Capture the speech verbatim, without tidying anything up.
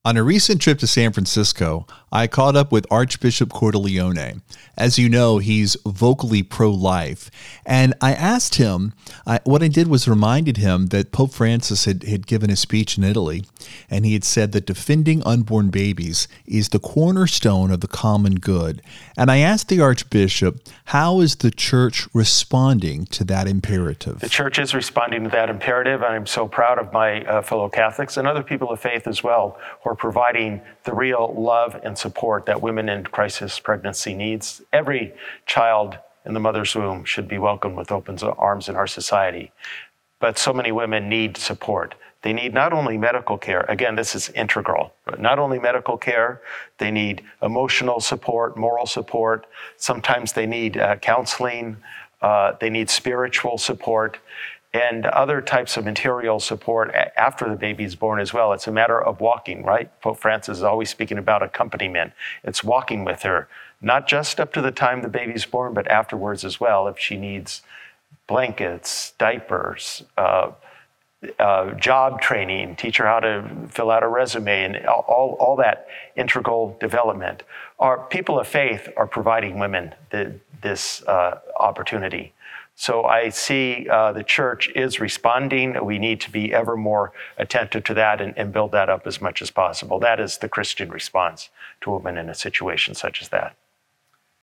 On a recent trip to San Francisco, I caught up with Archbishop Cordileone. As you know, he's vocally pro-life. And I asked him, I, what I did was reminded him that Pope Francis had, had given a speech in Italy, and he had said that defending unborn babies is the cornerstone of the common good. And I asked the Archbishop, how is the Church responding to that imperative? The Church is responding to that imperative, and I'm so proud of my uh, fellow Catholics and other people of faith as well, who are providing the real love and support that women in crisis pregnancy needs. Every child in the mother's womb should be welcomed with open arms in our society. But so many women need support. They need not only medical care, again, this is integral, but not only medical care, they need emotional support, moral support. Sometimes they need uh, counseling, uh, they need spiritual support, and other types of material support after the baby's born as well. It's a matter of walking, right? Pope Francis is always speaking about accompaniment. It's walking with her, not just up to the time the baby's born, but afterwards as well, if she needs blankets, diapers, uh, uh, job training, teach her how to fill out a resume, and all, all that integral development. Our people of faith are providing women the, this uh, opportunity. So I see uh, the Church is responding. We need to be ever more attentive to that and, and build that up as much as possible. That is the Christian response to women in a situation such as that.